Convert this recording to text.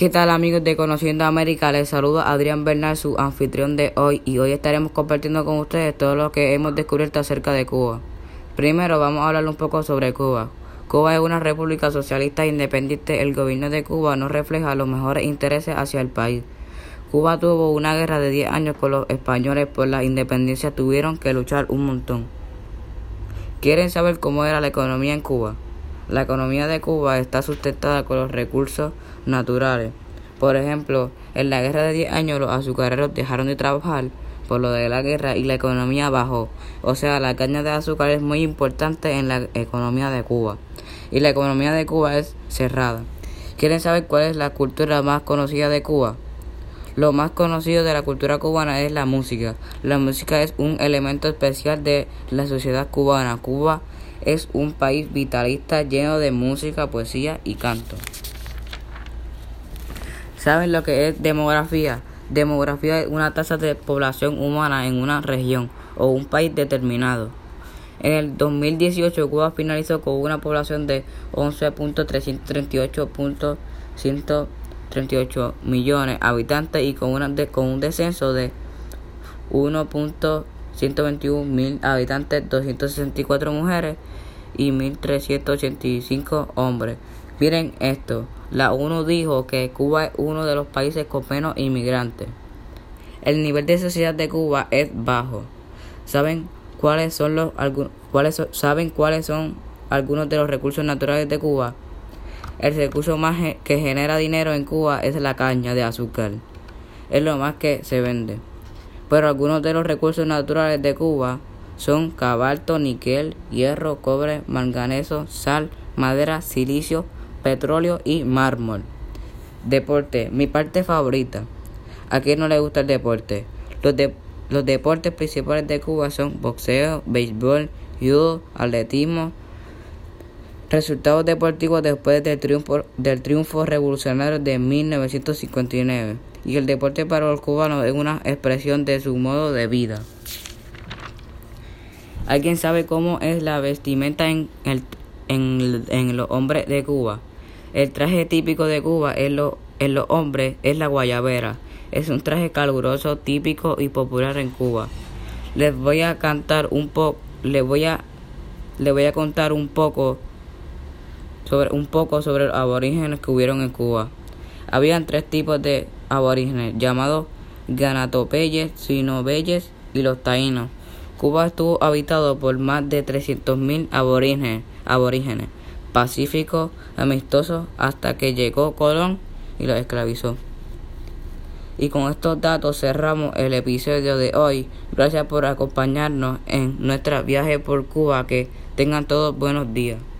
¿Qué tal, amigos de Conociendo América? Les saluda Adrián Bernal, su anfitrión de hoy, y hoy estaremos compartiendo con ustedes todo lo que hemos descubierto acerca de Cuba. Primero vamos a hablar un poco sobre Cuba. Cuba es una república socialista e independiente. El gobierno de Cuba no refleja los mejores intereses hacia el país. Cuba tuvo una guerra de 10 años con los españoles por la independencia. Tuvieron que luchar un montón. ¿Quieren saber cómo era la economía en Cuba? La economía de Cuba está sustentada con los recursos naturales. Por ejemplo, en la guerra de 10 años los azucareros dejaron de trabajar por lo de la guerra y la economía bajó. O sea, la caña de azúcar es muy importante en la economía de Cuba. Y la economía de Cuba es cerrada. ¿Quieren saber cuál es la cultura más conocida de Cuba? Lo más conocido de la cultura cubana es la música. La música es un elemento especial de la sociedad cubana. Cuba es un país vitalista lleno de música, poesía y canto. ¿Saben lo que es demografía? Demografía es una tasa de población humana en una región o un país determinado. En el 2018 Cuba finalizó con una población de 11.338.138 millones de habitantes y con un descenso de 1.121.000 habitantes, 264 mujeres y 1.385 hombres. Miren esto, la ONU dijo que Cuba es uno de los países con menos inmigrantes. El nivel de sociedad de Cuba es bajo. ¿Saben cuáles son algunos de los recursos naturales de Cuba? El recurso más que genera dinero en Cuba es la caña de azúcar. Es lo más que se vende. Pero algunos de los recursos naturales de Cuba son cobalto, níquel, hierro, cobre, manganeso, sal, madera, silicio, petróleo y mármol. Deporte, mi parte favorita. ¿A quién no le gusta el deporte? Los deportes principales de Cuba son boxeo, béisbol, judo, atletismo. Resultados deportivos después del triunfo revolucionario de 1959. Y el deporte para los cubanos es una expresión de su modo de vida. ¿Alguien sabe cómo es la vestimenta en los hombres de Cuba? El traje típico de Cuba en los hombres es la guayabera. Es un traje caluroso, típico y popular en Cuba. Les voy a contar un poco sobre los aborígenes que hubieron en Cuba. Habían 3 tipos de aborígenes, llamados ganatopeyes, sinobeyes y los taínos. Cuba estuvo habitado por más de 300.000 aborígenes, pacíficos, amistosos, hasta que llegó Colón y los esclavizó. Y con estos datos cerramos el episodio de hoy. Gracias por acompañarnos en nuestro viaje por Cuba. Que tengan todos buenos días.